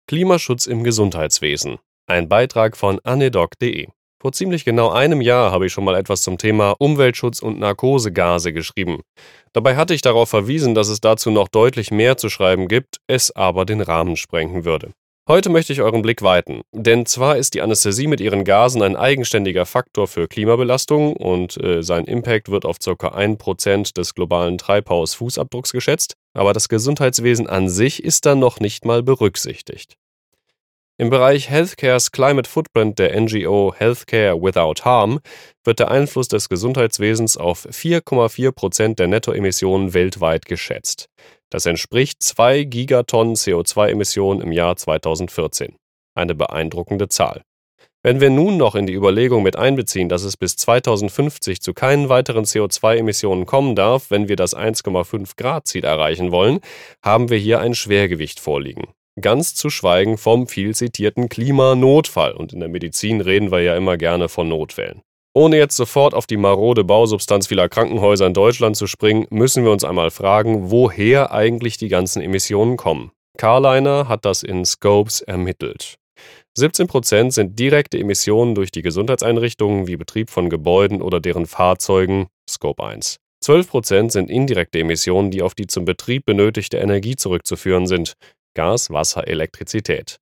Klimaschutz im Gesundheitswesen. Ein Beitrag von anedoc.de. Vor ziemlich genau einem Jahr habe ich schon mal etwas zum Thema Umweltschutz und Narkosegase geschrieben. Dabei hatte ich darauf verwiesen, dass es dazu noch deutlich mehr zu schreiben gibt, es aber den Rahmen sprengen würde. Heute möchte ich euren Blick weiten, denn zwar ist die Anästhesie mit ihren Gasen ein eigenständiger Faktor für Klimabelastung und sein Impact wird auf ca. 1% des globalen Treibhausfußabdrucks geschätzt, aber das Gesundheitswesen an sich ist dann noch nicht mal berücksichtigt. Im Bereich Healthcare's Climate Footprint der NGO Healthcare Without Harm wird der Einfluss des Gesundheitswesens auf 4,4% der Nettoemissionen weltweit geschätzt. Das entspricht 2 Gigatonnen CO2-Emissionen im Jahr 2014. Eine beeindruckende Zahl. Wenn wir nun noch in die Überlegung mit einbeziehen, dass es bis 2050 zu keinen weiteren CO2-Emissionen kommen darf, wenn wir das 1,5-Grad-Ziel erreichen wollen, haben wir hier ein Schwergewicht vorliegen. Ganz zu schweigen vom viel zitierten Klimanotfall. Und in der Medizin reden wir ja immer gerne von Notfällen. Ohne jetzt sofort auf die marode Bausubstanz vieler Krankenhäuser in Deutschland zu springen, müssen wir uns einmal fragen, woher eigentlich die ganzen Emissionen kommen. Carliner hat das in Scopes ermittelt. 17% sind direkte Emissionen durch die Gesundheitseinrichtungen wie Betrieb von Gebäuden oder deren Fahrzeugen, Scope 1. 12% sind indirekte Emissionen, die auf die zum Betrieb benötigte Energie zurückzuführen sind. Gas, Wasser, Elektrizität.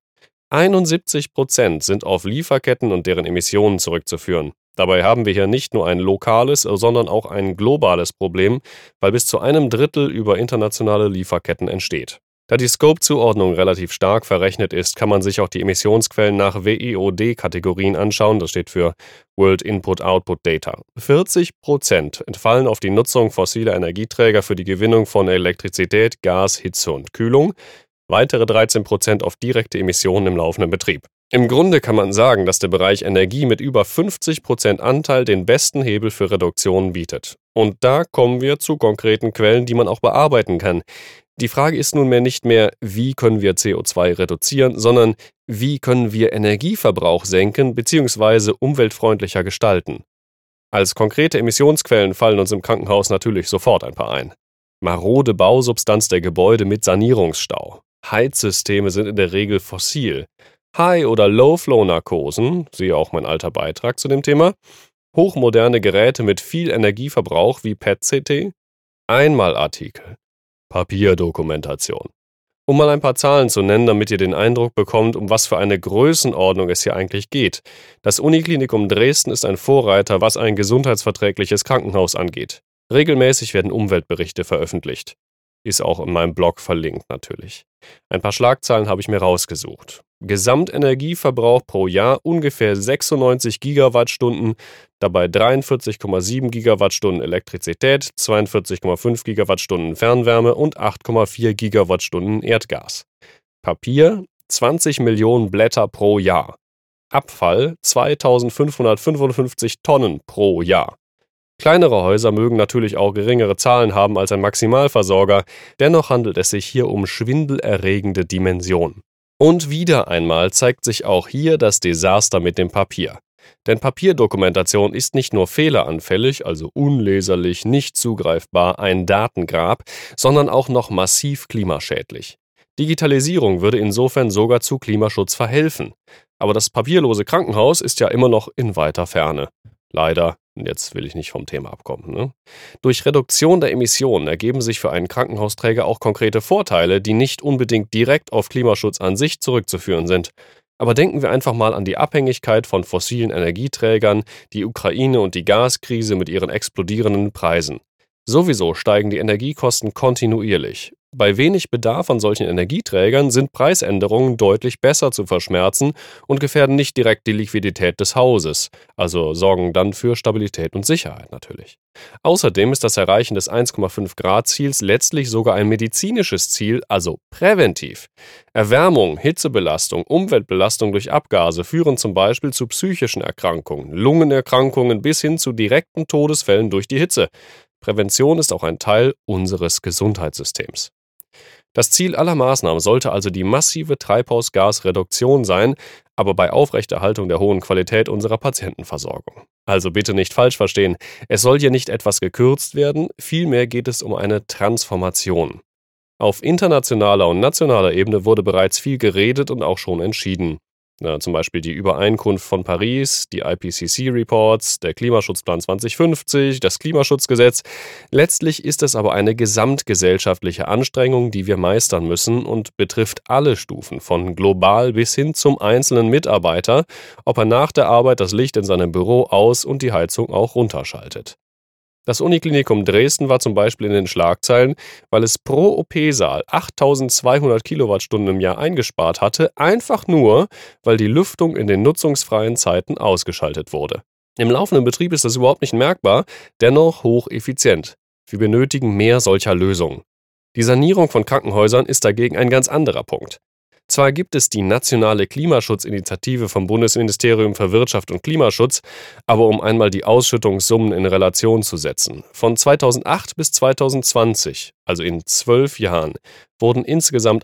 71% sind auf Lieferketten und deren Emissionen zurückzuführen. Dabei haben wir hier nicht nur ein lokales, sondern auch ein globales Problem, weil bis zu 1/3 über internationale Lieferketten entsteht. Da die Scope-Zuordnung relativ stark verrechnet ist, kann man sich auch die Emissionsquellen nach WIOD-Kategorien anschauen, das steht für World Input-Output Data. 40% entfallen auf die Nutzung fossiler Energieträger für die Gewinnung von Elektrizität, Gas, Hitze und Kühlung. Weitere 13% auf direkte Emissionen im laufenden Betrieb. Im Grunde kann man sagen, dass der Bereich Energie mit über 50% Anteil den besten Hebel für Reduktionen bietet. Und da kommen wir zu konkreten Quellen, die man auch bearbeiten kann. Die Frage ist nunmehr nicht mehr, wie können wir CO2 reduzieren, sondern wie können wir Energieverbrauch senken bzw. umweltfreundlicher gestalten. Als konkrete Emissionsquellen fallen uns im Krankenhaus natürlich sofort ein paar ein. Marode Bausubstanz der Gebäude mit Sanierungsstau. Heizsysteme sind in der Regel fossil. High- oder Low-Flow-Narkosen, siehe auch mein alter Beitrag zu dem Thema. Hochmoderne Geräte mit viel Energieverbrauch wie PET-CT. Einmalartikel. Papierdokumentation. Um mal ein paar Zahlen zu nennen, damit ihr den Eindruck bekommt, um was für eine Größenordnung es hier eigentlich geht. Das Uniklinikum Dresden ist ein Vorreiter, was ein gesundheitsverträgliches Krankenhaus angeht. Regelmäßig werden Umweltberichte veröffentlicht. Ist auch in meinem Blog verlinkt natürlich. Ein paar Schlagzeilen habe ich mir rausgesucht. Gesamtenergieverbrauch pro Jahr ungefähr 96 Gigawattstunden, dabei 43,7 Gigawattstunden Elektrizität, 42,5 Gigawattstunden Fernwärme und 8,4 Gigawattstunden Erdgas. Papier 20 Millionen Blätter pro Jahr. Abfall 2555 Tonnen pro Jahr. Kleinere Häuser mögen natürlich auch geringere Zahlen haben als ein Maximalversorger, dennoch handelt es sich hier um schwindelerregende Dimensionen. Und wieder einmal zeigt sich auch hier das Desaster mit dem Papier. Denn Papierdokumentation ist nicht nur fehleranfällig, also unleserlich, nicht zugreifbar, ein Datengrab, sondern auch noch massiv klimaschädlich. Digitalisierung würde insofern sogar zu Klimaschutz verhelfen. Aber das papierlose Krankenhaus ist ja immer noch in weiter Ferne. Leider. Jetzt will ich nicht vom Thema abkommen. Ne? Durch Reduktion der Emissionen ergeben sich für einen Krankenhausträger auch konkrete Vorteile, die nicht unbedingt direkt auf Klimaschutz an sich zurückzuführen sind. Aber denken wir einfach mal an die Abhängigkeit von fossilen Energieträgern, die Ukraine und die Gaskrise mit ihren explodierenden Preisen. Sowieso steigen die Energiekosten kontinuierlich. Bei wenig Bedarf an solchen Energieträgern sind Preisänderungen deutlich besser zu verschmerzen und gefährden nicht direkt die Liquidität des Hauses, also sorgen dann für Stabilität und Sicherheit natürlich. Außerdem ist das Erreichen des 1,5-Grad-Ziels letztlich sogar ein medizinisches Ziel, also präventiv. Erwärmung, Hitzebelastung, Umweltbelastung durch Abgase führen zum Beispiel zu psychischen Erkrankungen, Lungenerkrankungen bis hin zu direkten Todesfällen durch die Hitze. Prävention ist auch ein Teil unseres Gesundheitssystems. Das Ziel aller Maßnahmen sollte also die massive Treibhausgasreduktion sein, aber bei Aufrechterhaltung der hohen Qualität unserer Patientenversorgung. Also bitte nicht falsch verstehen, es soll hier nicht etwas gekürzt werden, vielmehr geht es um eine Transformation. Auf internationaler und nationaler Ebene wurde bereits viel geredet und auch schon entschieden. Zum Beispiel die Übereinkunft von Paris, die IPCC-Reports, der Klimaschutzplan 2050, das Klimaschutzgesetz. Letztlich ist es aber eine gesamtgesellschaftliche Anstrengung, die wir meistern müssen und betrifft alle Stufen, von global bis hin zum einzelnen Mitarbeiter, ob er nach der Arbeit das Licht in seinem Büro aus und die Heizung auch runterschaltet. Das Uniklinikum Dresden war zum Beispiel in den Schlagzeilen, weil es pro OP-Saal 8.200 Kilowattstunden im Jahr eingespart hatte, einfach nur, weil die Lüftung in den nutzungsfreien Zeiten ausgeschaltet wurde. Im laufenden Betrieb ist das überhaupt nicht merkbar, dennoch hocheffizient. Wir benötigen mehr solcher Lösungen. Die Sanierung von Krankenhäusern ist dagegen ein ganz anderer Punkt. Zwar gibt es die nationale Klimaschutzinitiative vom Bundesministerium für Wirtschaft und Klimaschutz, aber um einmal die Ausschüttungssummen in Relation zu setzen. Von 2008 bis 2020, also in 12 Jahren, wurden insgesamt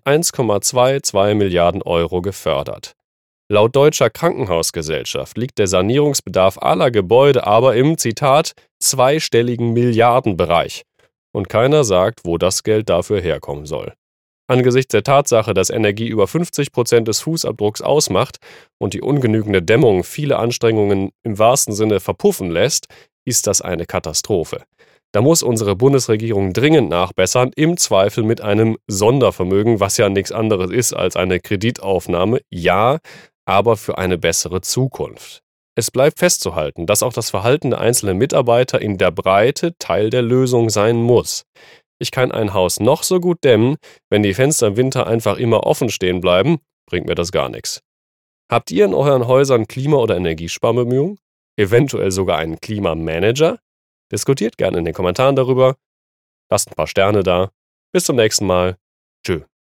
1,22 Milliarden Euro gefördert. Laut Deutscher Krankenhausgesellschaft liegt der Sanierungsbedarf aller Gebäude aber im, Zitat, zweistelligen Milliardenbereich. Und keiner sagt, wo das Geld dafür herkommen soll. Angesichts der Tatsache, dass Energie über 50% des Fußabdrucks ausmacht und die ungenügende Dämmung viele Anstrengungen im wahrsten Sinne verpuffen lässt, ist das eine Katastrophe. Da muss unsere Bundesregierung dringend nachbessern, im Zweifel mit einem Sondervermögen, was ja nichts anderes ist als eine Kreditaufnahme, ja, aber für eine bessere Zukunft. Es bleibt festzuhalten, dass auch das Verhalten der einzelnen Mitarbeiter in der Breite Teil der Lösung sein muss. Ich kann ein Haus noch so gut dämmen, wenn die Fenster im Winter einfach immer offen stehen bleiben, bringt mir das gar nichts. Habt ihr in euren Häusern Klima- oder Energiesparbemühungen? Eventuell sogar einen Klimamanager? Diskutiert gerne in den Kommentaren darüber. Lasst ein paar Sterne da. Bis zum nächsten Mal. Tschö.